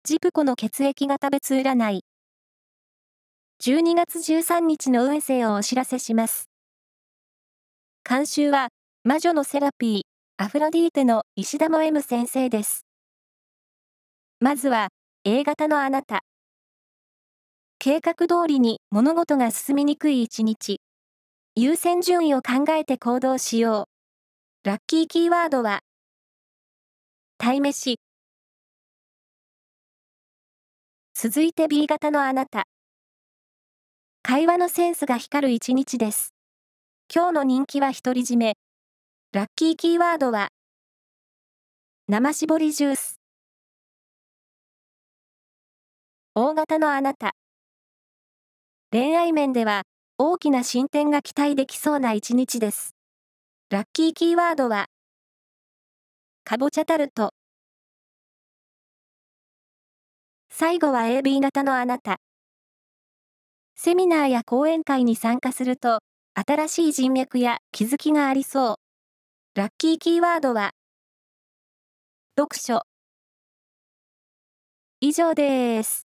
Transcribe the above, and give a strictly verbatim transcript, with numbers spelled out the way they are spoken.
ジプコの血液型別占い。じゅうにがつじゅうさんにちの運勢をお知らせします。監修は、魔女のセラピー、アフロディーテの石田も M 先生です。まずは、A 型のあなた。計画通りに物事が進みにくい一日。優先順位を考えて行動しよう。ラッキーキーワードは、鯛めし。続いて B 型のあなた。会話のセンスが光る一日です。今日の人気は独り占め。ラッキーキーワードは、生搾りジュース。O 型のあなた。恋愛面では、大きな進展が期待できそうな一日です。ラッキーキーワードは、かぼちゃタルト。最後は エービー 型のあなた。セミナーや講演会に参加すると、新しい人脈や気づきがありそう。ラッキーキーワードは、読書。以上です。